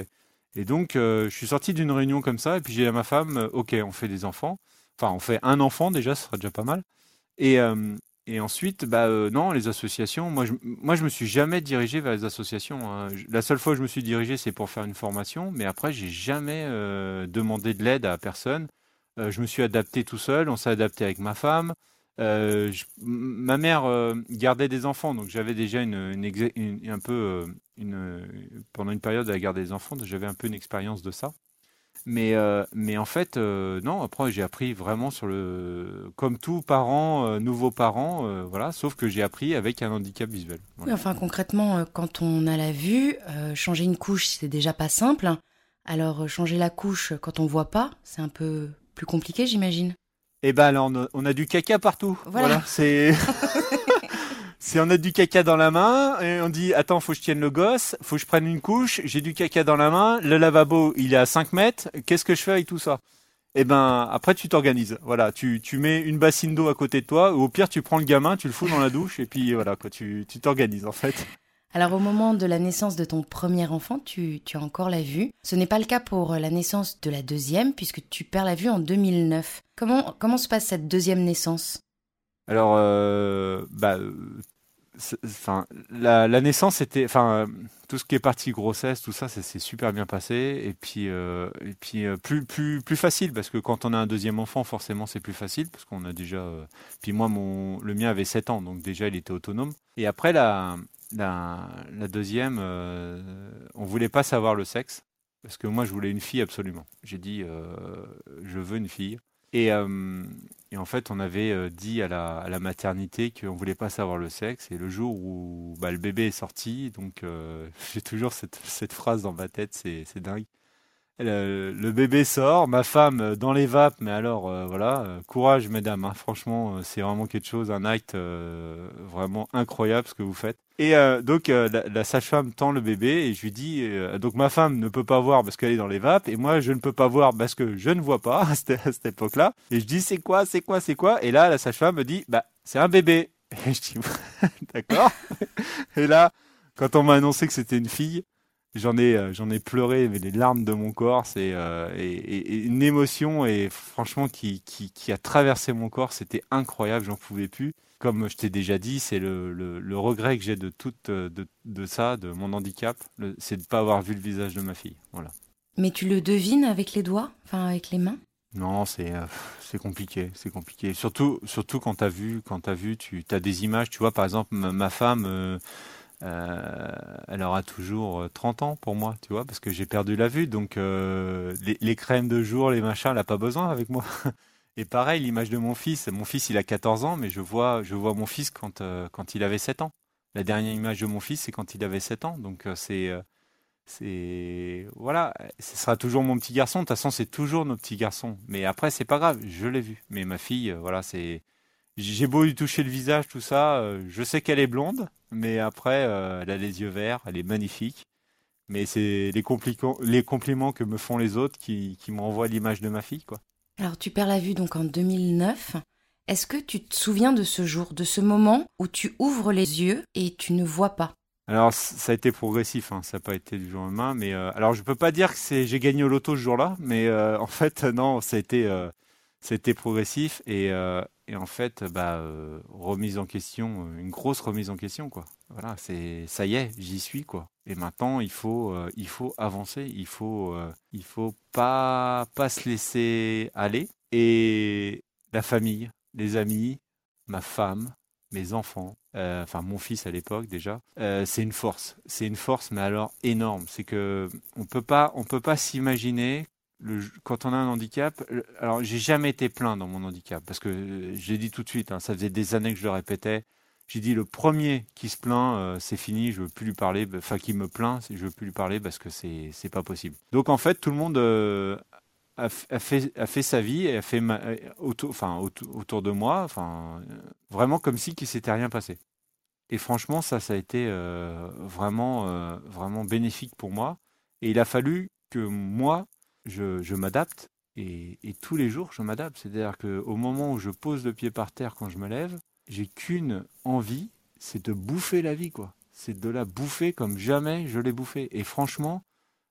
Et donc, euh, je suis sorti d'une réunion comme ça, et puis j'ai dit à ma femme, euh, ok, on fait des enfants. Enfin, on fait un enfant déjà, ce sera déjà pas mal. Et, euh, et ensuite, bah euh, non, les associations, moi je, moi je me suis jamais dirigé vers les associations, hein. Je- La seule fois où je me suis dirigé, c'est pour faire une formation, mais après, j'ai jamais euh, demandé de l'aide à personne. Euh, je me suis adapté tout seul, on s'est adapté avec ma femme. Euh, je- m- ma mère euh, gardait des enfants, donc j'avais déjà une, une, exa- une- un peu euh, une, pendant une période à garder des enfants, donc j'avais un peu une expérience de ça. Mais, euh, mais en fait, euh, non, après, j'ai appris vraiment sur le. Comme tout parent, euh, nouveau parent, euh, voilà, sauf que j'ai appris avec un handicap visuel.
Oui,
Voilà.
enfin concrètement, euh, quand on a la vue, euh, changer une couche, c'est déjà pas simple. Alors euh, changer la couche quand on voit pas, c'est un peu plus compliqué, j'imagine.
Et ben là, on a, on a du caca partout.
Voilà.
Voilà, c'est. C'est on a du caca dans la main et on dit attends faut que je tienne le gosse, faut que je prenne une couche, j'ai du caca dans la main, le lavabo il est à cinq mètres, qu'est-ce que je fais avec tout ça? Et ben après tu t'organises, voilà, tu, tu mets une bassine d'eau à côté de toi, ou au pire tu prends le gamin, tu le fous dans la douche et puis voilà quoi, tu tu t'organises en fait.
Alors au moment de la naissance de ton premier enfant, tu, tu as encore la vue. Ce n'est pas le cas pour la naissance de la deuxième, puisque tu perds la vue en deux mille neuf. Comment, comment se passe cette deuxième naissance?
Alors euh, bah euh, c'est- enfin la, la naissance c'était enfin euh, tout ce qui est partie grossesse tout ça ça s'est super bien passé et puis euh, et puis euh, plus plus plus facile parce que quand on a un deuxième enfant forcément c'est plus facile parce qu'on a déjà euh, puis moi mon le mien avait sept ans donc déjà il était autonome et après la la, la deuxième euh, on voulait pas savoir le sexe parce que moi je voulais une fille absolument j'ai dit euh, je veux une fille et, euh, et en fait, on avait euh, dit à la, à la maternité qu'on voulait pas savoir le sexe. Et le jour où bah, le bébé est sorti, donc euh, j'ai toujours cette, cette phrase dans ma tête, c'est, c'est dingue. Le, le bébé sort, ma femme euh, dans les vapes, mais alors euh, voilà, euh, courage mesdames, hein. Franchement, euh, c'est vraiment quelque chose, un acte euh, vraiment incroyable ce que vous faites. Et euh, donc euh, la, la sage-femme tend le bébé et je lui dis, euh, donc ma femme ne peut pas voir parce qu'elle est dans les vapes et moi je ne peux pas voir parce que je ne vois pas à cette, à cette époque-là. Et je dis c'est quoi, c'est quoi, c'est quoi? Et là la sage-femme me dit, bah c'est un bébé. Et je dis d'accord. Et là, quand on m'a annoncé que c'était une fille, J'en ai, euh, j'en ai pleuré, mais les larmes de mon corps, c'est euh, et, et- et une émotion et franchement qui, qui, qui a traversé mon corps, c'était incroyable, j'en pouvais plus. Comme je t'ai déjà dit, c'est le, le, le regret que j'ai de tout euh, de, de ça, de mon handicap, le- c'est de ne pas avoir vu le visage de ma fille. Voilà.
Mais tu le devines avec les doigts, enfin avec les mains?
Non, c'est euh, c'est compliqué, c'est compliqué. Surtout surtout quand t'as vu, quand t'as vu, tu as des images. Tu vois, par exemple, ma, ma femme. euh, Euh, elle aura toujours euh, trente ans pour moi, tu vois, parce que j'ai perdu la vue. Donc euh, les, les crèmes de jour, les machins, elle n'a pas besoin avec moi. Et pareil, l'image de mon fils. Mon fils, il a quatorze ans, mais je vois, je vois mon fils quand, euh, quand il avait sept ans. La dernière image de mon fils, c'est quand il avait sept ans. Donc euh, c'est, euh, c'est, voilà, ce sera toujours mon petit garçon. De toute façon, c'est toujours nos petits garçons. Mais après, c'est pas grave, je l'ai vu. Mais ma fille, euh, voilà, c'est, j'ai beau lui toucher le visage, tout ça, euh, je sais qu'elle est blonde, mais après, euh, elle a les yeux verts, elle est magnifique. Mais c'est les compliments, les compliments que me font les autres qui, qui m'envoient l'image de ma fille, quoi.
Alors tu perds la vue donc en deux mille neuf. Est-ce que tu te souviens de ce jour, de ce moment où tu ouvres les yeux et tu ne vois pas?
Alors, c- ça a été progressif, hein, ça n'a pas été du jour au lendemain, mais euh, alors je peux pas dire que c'est j'ai gagné au loto ce jour-là, mais euh, en fait, non, ça a été, euh, ça a été progressif et, euh, et en fait, bah, euh, remise en question, euh, une grosse remise en question, quoi. Voilà, c'est, ça y est, j'y suis, quoi. Et maintenant, il faut, euh, il faut avancer, il faut, euh, il faut pas, pas se laisser aller. Et la famille, les amis, ma femme, mes enfants, euh, enfin mon fils à l'époque déjà, euh, c'est une force. C'est une force, mais alors énorme. C'est que on peut pas, on peut pas s'imaginer le, quand on a un handicap. le- Alors j'ai jamais été plein dans mon handicap parce que euh, je l'ai dit tout de suite. Hein, ça faisait des années que je le répétais. J'ai dit le premier qui se plaint, euh, c'est fini, je veux plus lui parler. Enfin qui me plaint, c'est- je veux plus lui parler parce que c'est c'est pas possible. Donc en fait tout le monde euh, a, f- a fait, a fait sa vie et a fait ma- euh, autour, enfin, autour, autour de moi, enfin, euh, vraiment comme si qu'il s'était rien passé. Et franchement, ça, ça a été euh, vraiment, euh, vraiment bénéfique pour moi. Et il a fallu que moi, je, je m'adapte. Et, et tous les jours, je m'adapte. C'est-à-dire qu'au moment où je pose le pied par terre quand je me lève, j'ai qu'une envie, c'est de bouffer la vie, quoi. C'est de la bouffer comme jamais je l'ai bouffée. Et franchement,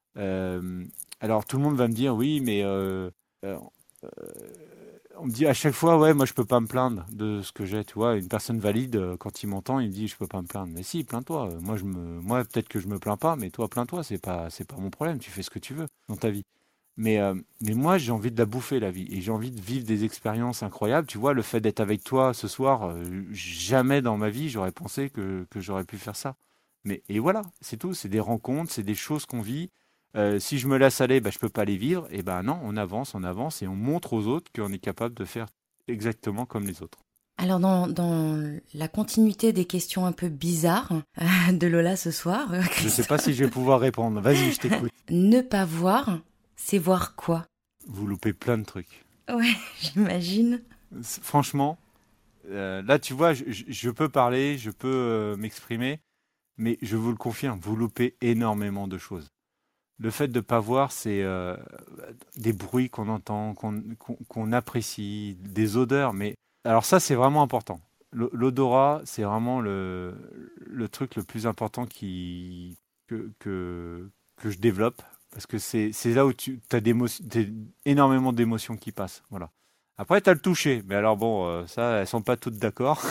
Euh, alors tout le monde va me dire oui, mais euh, euh, on me dit à chaque fois, ouais, moi je peux pas me plaindre de ce que j'ai, tu vois. Une personne valide, euh, quand il m'entend, il me dit, je peux pas me plaindre. Mais si, plains-toi. Moi, je me, moi, peut-être que je me plains pas, mais toi, plains-toi. C'est pas, c'est pas mon problème. Tu fais ce que tu veux dans ta vie. Mais, euh, mais moi, j'ai envie de la bouffer, la vie. Et j'ai envie de vivre des expériences incroyables. Tu vois, le fait d'être avec toi ce soir, euh, jamais dans ma vie, j'aurais pensé que, que j'aurais pu faire ça. Mais, et voilà, c'est tout. C'est des rencontres, c'est des choses qu'on vit. Euh, si je me laisse aller, bah, je peux pas les vivre. Et ben non, on avance, on avance et on montre aux autres qu'on est capable de faire exactement comme les autres.
Alors dans, dans la continuité des questions un peu bizarres euh, de Lola ce soir, euh,
Je sais pas
Christophe,
si je vais pouvoir répondre. Vas-y, je t'écoute.
ne pas voir, c'est voir quoi?
Vous loupez plein de trucs.
Ouais, j'imagine.
C'est- Franchement, euh, là, tu vois, je, je- je peux parler, je peux euh, m'exprimer, mais je vous le confirme, vous loupez énormément de choses. Le fait de ne pas voir, c'est euh, des bruits qu'on entend, qu'on qu'on- qu'on apprécie, des odeurs. Mais alors ça, c'est vraiment important. L- L'odorat, c'est vraiment le, le truc le plus important qui, que, que, que je développe. Parce que c'est c'est là où tu as énormément d'émotions qui passent. Voilà. Après, tu as le toucher. Mais alors bon, euh, ça, elles sont pas toutes d'accord.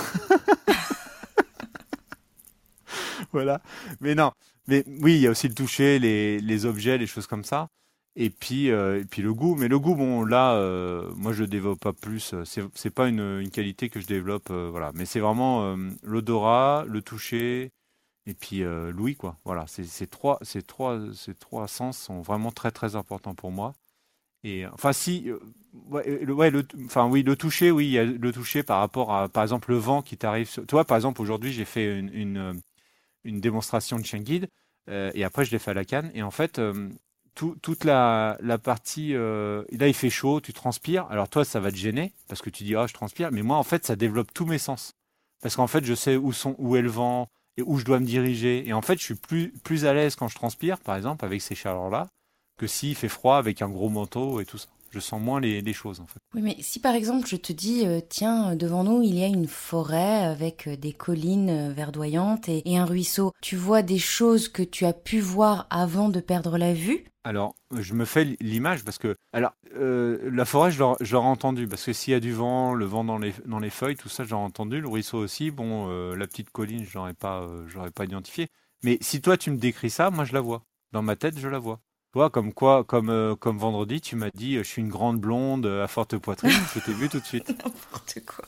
Voilà. Mais non. Mais oui, il y a aussi le toucher, les, les objets, les choses comme ça. Et puis, euh, et puis le goût. Mais le goût, bon, là, euh, moi, je le développe pas plus. C'est, c'est pas une, une qualité que je développe, euh, voilà. Mais c'est vraiment euh, l'odorat, le toucher, et puis euh, l'ouïe, quoi. Voilà. C'est, c'est trois, ces trois, ces trois sens sont vraiment très, très importants pour moi. Et enfin, si, euh, ouais, euh, le, ouais, le, enfin oui, le toucher, oui, il y a le toucher par rapport à, par exemple, le vent qui t'arrive. Sur... Toi, par exemple, aujourd'hui, j'ai fait une, une, euh, une démonstration de chien guide euh, et après je l'ai fait à la canne et en fait euh, tout, toute la, la partie euh, là il fait chaud, tu transpires, alors toi ça va te gêner parce que tu dis ah je transpire, mais moi en fait ça développe tous mes sens parce qu'en fait je sais où sont où est le vent et où je dois me diriger et en fait je suis plus plus à l'aise quand je transpire par exemple avec ces chaleurs là que s'il fait froid avec un gros manteau et tout ça, je sens moins les, les choses en fait.
Oui, mais si par exemple je te dis, euh, tiens, devant nous il y a une forêt avec euh, des collines euh, verdoyantes et, et un ruisseau, tu vois des choses que tu as pu voir avant de perdre la vue?
Alors, je me fais l'image parce que, alors, euh, la forêt, je l'aurais je l'aurais entendu parce que s'il y a du vent, le vent dans les, dans les feuilles, tout ça, j'ai entendu. Le ruisseau aussi, bon, euh, la petite colline, je l'aurais pas, euh, je l'aurais pas identifié. Mais si toi, tu me décris ça, moi, je la vois. Dans ma tête, je la vois. Toi, comme quoi, comme, euh, comme vendredi, tu m'as dit, euh, je suis une grande blonde euh, à forte poitrine, je t'ai vu tout de suite.
N'importe quoi.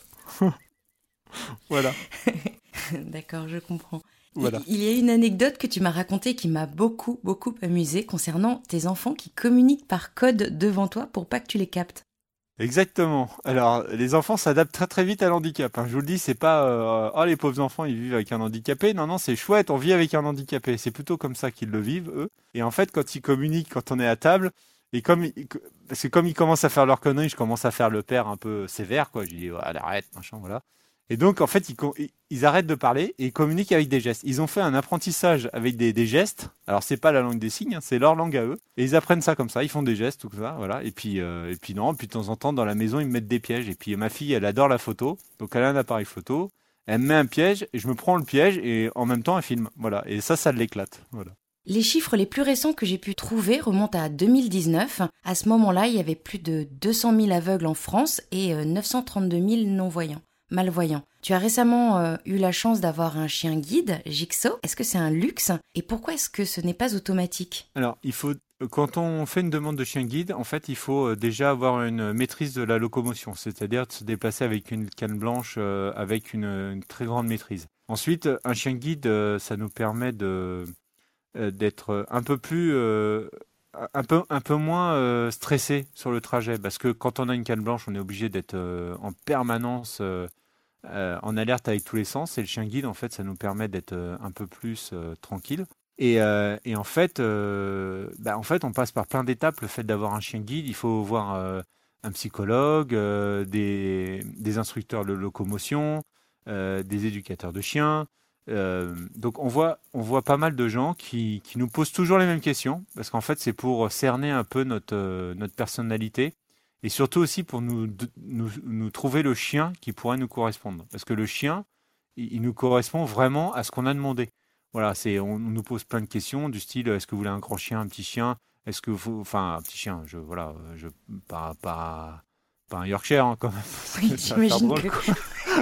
Voilà,
D'accord, je comprends. Il
voilà.
il y a une anecdote que tu m'as racontée qui m'a beaucoup, beaucoup amusée concernant tes enfants qui communiquent par code devant toi pour pas que tu les captes.
Exactement. Alors, les enfants s'adaptent très très vite à l'handicap, hein. Je vous le dis, c'est pas euh, oh les pauvres enfants, ils vivent avec un handicapé. Non non, c'est chouette, on vit avec un handicapé. C'est plutôt comme ça qu'ils le vivent eux. Et en fait, quand ils communiquent, quand on est à table, et comme ils- que- parce que comme ils commencent à faire leurs conneries, je commence à faire le père un peu sévère, quoi. Je dis ouais, allez, arrête, machin, voilà. Et donc en fait, ils, co- ils ils arrêtent de parler et ils communiquent avec des gestes. Ils ont fait un apprentissage avec des, des gestes. Alors c'est pas la langue des signes, hein, c'est leur langue à eux. Et ils apprennent ça comme ça, ils font des gestes, tout ça, voilà. Et puis, euh, et puis non, puis de temps en temps, dans la maison, ils me mettent des pièges. Et puis ma fille, elle adore la photo, donc elle a un appareil photo. Elle me met un piège et je me prends le piège et en même temps, elle filme. Voilà. Et ça, ça l'éclate. Voilà.
Les chiffres les plus récents que j'ai pu trouver remontent à deux mille dix-neuf. À ce moment-là, il y avait plus de deux cent mille aveugles en France et euh, neuf cent trente-deux mille non-voyants, malvoyants. Tu as récemment euh, eu la chance d'avoir un chien guide, Jigsaw. Est-ce que c'est un luxe? Et pourquoi est-ce que ce n'est pas automatique?
Alors, il faut, quand on fait une demande de chien guide, en fait, il faut euh, déjà avoir une maîtrise de la locomotion, c'est-à-dire de se déplacer avec une canne blanche, euh, avec une, une très grande maîtrise. Ensuite, un chien guide, euh, ça nous permet de, euh, d'être un peu plus, euh, un peu, un peu moins euh, stressé sur le trajet, parce que quand on a une canne blanche, on est obligé d'être euh, en permanence euh, euh, en alerte avec tous les sens, et le chien guide, en fait, ça nous permet d'être euh, un peu plus euh, tranquille. Et, euh, et en fait, euh, bah, en fait, on passe par plein d'étapes. Le fait d'avoir un chien guide, il faut voir euh, un psychologue, euh, des, des instructeurs de locomotion, euh, des éducateurs de chiens. Euh, donc on voit, on voit pas mal de gens qui, qui nous posent toujours les mêmes questions, parce qu'en fait c'est pour cerner un peu notre, euh, notre personnalité, et surtout aussi pour nous, nous, nous trouver le chien qui pourrait nous correspondre. Parce que le chien, il, il nous correspond vraiment à ce qu'on a demandé. voilà, c'est, on, on nous pose plein de questions du style, est-ce que vous voulez un grand chien, un petit chien? Est-ce que vous, enfin, un petit chien, je, voilà, je, pas, pas, pas un Yorkshire, hein, quand même.
Oui,
Ça va faire
j'imagine
drôle,
que...
quoi.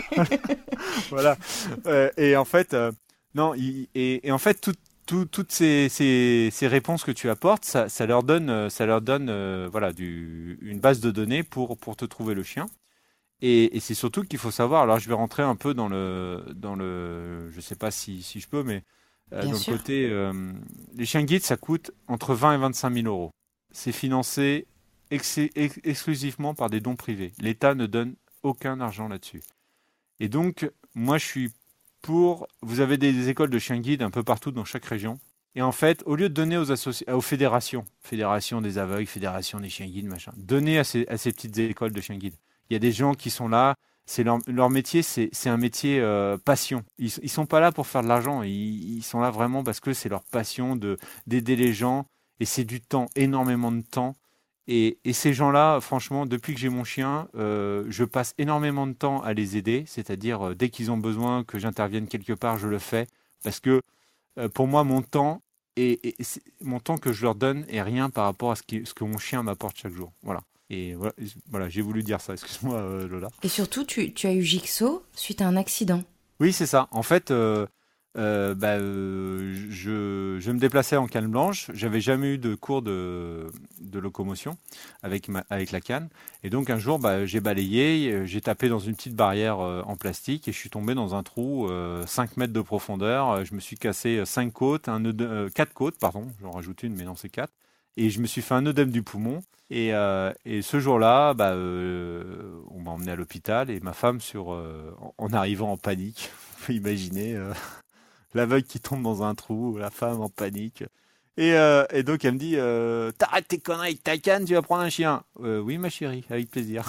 Voilà. Euh, et en fait, euh, non, il- et, et en fait, tout- tout- toutes ces, ces- ces réponses que tu apportes, ça, ça leur donne, euh, ça leur donne, euh, voilà, du, une base de données pour, pour te trouver le chien. Et, et c'est surtout qu'il faut savoir. Alors, je vais rentrer un peu dans le, dans le, je sais pas si, si je peux, mais euh,
Bien
dans le
sûr.
côté, euh, les chiens guides, ça coûte entre vingt et vingt-cinq mille euros. C'est financé ex- ex- exclusivement par des dons privés. L'État ne donne aucun argent là-dessus. Et donc, moi, je suis pour. Vous avez des, des écoles de chiens guides un peu partout dans chaque région. Et en fait, au lieu de donner aux, associ- aux fédérations, fédération des aveugles, fédération des chiens guides, machin, donnez à ces, à ces petites écoles de chiens guides. Il y a des gens qui sont là. C'est leur, leur métier, c'est, c'est un métier euh, passion. Ils, ils sont pas là pour faire de l'argent. Ils, ils sont là vraiment parce que c'est leur passion de d'aider les gens. Et c'est du temps, énormément de temps. Et, et ces gens-là, franchement, depuis que j'ai mon chien, euh, je passe énormément de temps à les aider. C'est-à-dire, euh, dès qu'ils ont besoin que j'intervienne quelque part, je le fais. Parce que euh, pour moi, mon temps, et, et c'est- mon temps que je leur donne est rien par rapport à ce, qui- ce que mon chien m'apporte chaque jour. Voilà. Et voilà, voilà, j'ai voulu dire ça. Excuse-moi, euh, Lola.
Et surtout, tu, tu as eu Jigsaw suite à un accident.
Oui, c'est ça. En fait, euh, euh, bah, euh, je, je me déplaçais en canne blanche. J'avais jamais eu de cours de, de locomotion avec, ma, avec la canne. Et donc un jour, bah, j'ai balayé, euh, j'ai tapé dans une petite barrière euh, en plastique et je suis tombé dans un trou euh, cinq mètres de profondeur. Euh, Je me suis cassé cinq côtes, un œdème- euh, quatre côtes, pardon. J'en rajoute une, mais non, c'est quatre. Et je me suis fait un œdème du poumon. Et, euh, et ce jour-là, bah, euh, on m'a emmené à l'hôpital et ma femme, sur, euh, en en arrivant en panique, vous pouvez imaginer, euh, l'aveugle qui tombe dans un trou, la femme en panique. Et, euh, et donc elle me dit, euh, t'arrêtes tes conneries avec ta canne, tu vas prendre un chien. Euh, oui ma chérie, avec plaisir.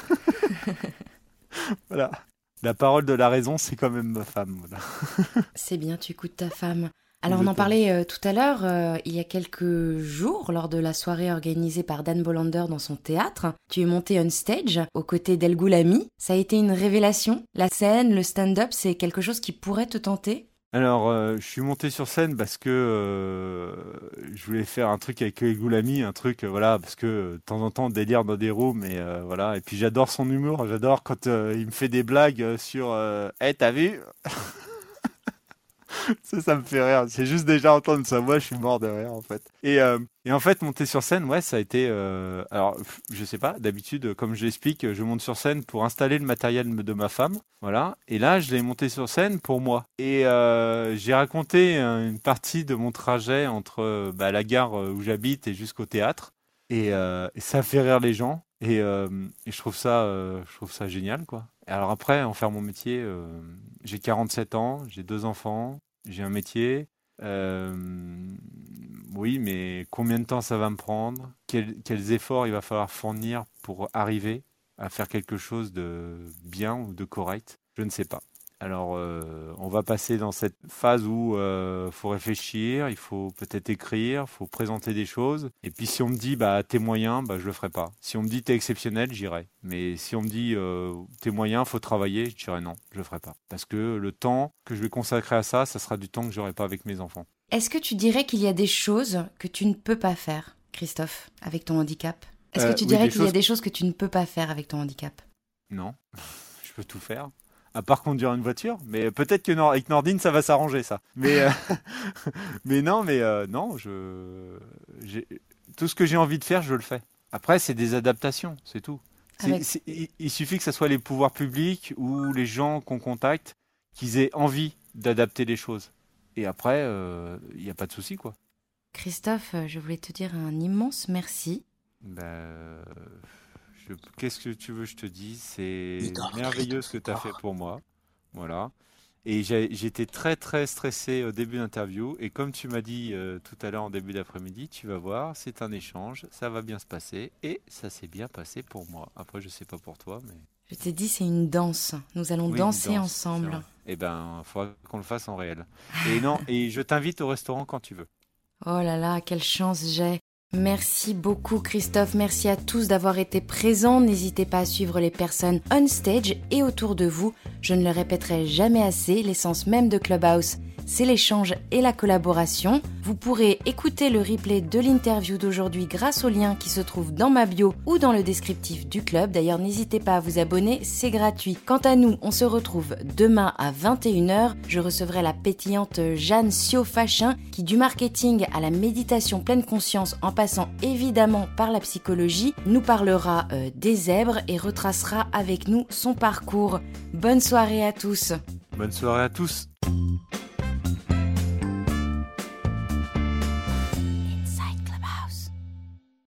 Voilà. La parole de la raison, c'est quand même ma femme. Voilà.
C'est bien, tu écoutes ta femme. Alors on en
Exactement.
parlait euh, tout à l'heure, euh, il y a quelques jours, lors de la soirée organisée par Dan Bolander dans son théâtre, tu es monté on stage aux côtés d'El Goulami. Ça a été une révélation. La scène, le stand-up, c'est quelque chose qui pourrait te tenter?
Alors, euh, je suis monté sur scène parce que euh, je voulais faire un truc avec El Goulami, un truc, euh, voilà, parce que euh, de temps en temps, on délire dans des rooms, et euh, voilà. Et puis j'adore son humour, j'adore quand euh, il me fait des blagues euh, sur euh, hey, t'as vu? Ça, ça me fait rire. C'est juste déjà entendre sa voix, je suis mort de rire en fait. Et, euh, et en fait, monter sur scène, ouais, ça a été. Euh, alors, pff, je sais pas. D'habitude, comme je l'explique, je monte sur scène pour installer le matériel de ma femme, voilà. Et là, je l'ai monté sur scène pour moi. Et euh, j'ai raconté euh, une partie de mon trajet entre euh, bah, la gare euh, où j'habite et jusqu'au théâtre. Et, euh, et ça fait rire les gens. Et, euh, et je trouve ça, euh, je trouve ça génial, quoi. Et alors après, en faire mon métier, euh, j'ai quarante-sept ans, j'ai deux enfants. J'ai un métier. euh, oui, mais combien de temps ça va me prendre? Quels, quels efforts il va falloir fournir pour arriver à faire quelque chose de bien ou de correct? Je ne sais pas. Alors, euh, on va passer dans cette phase où il faut réfléchir, il faut peut-être écrire, il faut présenter des choses. Et puis si on me dit, bah, tes moyens, bah, je le ferai pas. Si on me dit, t'es exceptionnel, j'irai. Mais si on me dit, euh, tes moyens, faut travailler, je dirais non, je le ferai pas. Parce que le temps que je vais consacrer à ça, ça sera du temps que j'aurai pas avec mes enfants.
Est-ce que tu dirais qu'il y a des choses que tu ne peux pas faire, Christophe, avec ton handicap? Est-ce
Euh,
que tu
oui,
dirais
des
qu'il y a
choses-
des choses que tu ne peux pas faire avec ton handicap?
Non, je peux tout faire. À part conduire une voiture, mais peut-être que Nor- avec Nordine ça va s'arranger ça. Mais euh, mais non, mais euh, non, je j'ai- tout ce que j'ai envie de faire, je le fais. Après, c'est des adaptations, c'est tout. C'est-
Avec...
c'est- il, il suffit que ce soit les pouvoirs publics ou les gens qu'on contacte qu'ils aient envie d'adapter les choses. Et après, il n'y a pas de souci, quoi.
Christophe, euh, je voulais te dire un immense merci.
Ben, euh, je- qu'est-ce que tu veux que je te dise? C'est merveilleux ce que tu as fait pour moi. Voilà. Et j'ai- j'étais très très stressé au début d'interview. Et comme tu m'as dit euh, tout à l'heure en début d'après-midi, tu vas voir, c'est un échange, ça va bien se passer. Et ça s'est bien passé pour moi. Après, je sais pas pour toi, mais...
Je t'ai dit, c'est une danse. Nous allons
Oui, une
danser
danse, c'est
ensemble.
vrai. Eh ben, il faudra qu'on le fasse en réel. Et non, et je t'invite au restaurant quand tu veux.
Oh là là, quelle chance j'ai. Merci beaucoup Christophe, merci à tous d'avoir été présents. N'hésitez pas à suivre les personnes on stage et autour de vous. Je ne le répéterai jamais assez, l'essence même de Clubhouse, c'est l'échange et la collaboration. Vous pourrez écouter le replay de l'interview d'aujourd'hui grâce au lien qui se trouve dans ma bio ou dans le descriptif du club. D'ailleurs, n'hésitez pas à vous abonner, c'est gratuit. Quant à nous, on se retrouve demain à vingt et une heures. Je recevrai la pétillante Jeanne Sio-Fachin qui, du marketing à la méditation pleine conscience en passant évidemment par la psychologie, nous parlera euh, des zèbres et retracera avec nous son parcours. Bonne soirée à tous.
Bonne soirée à tous.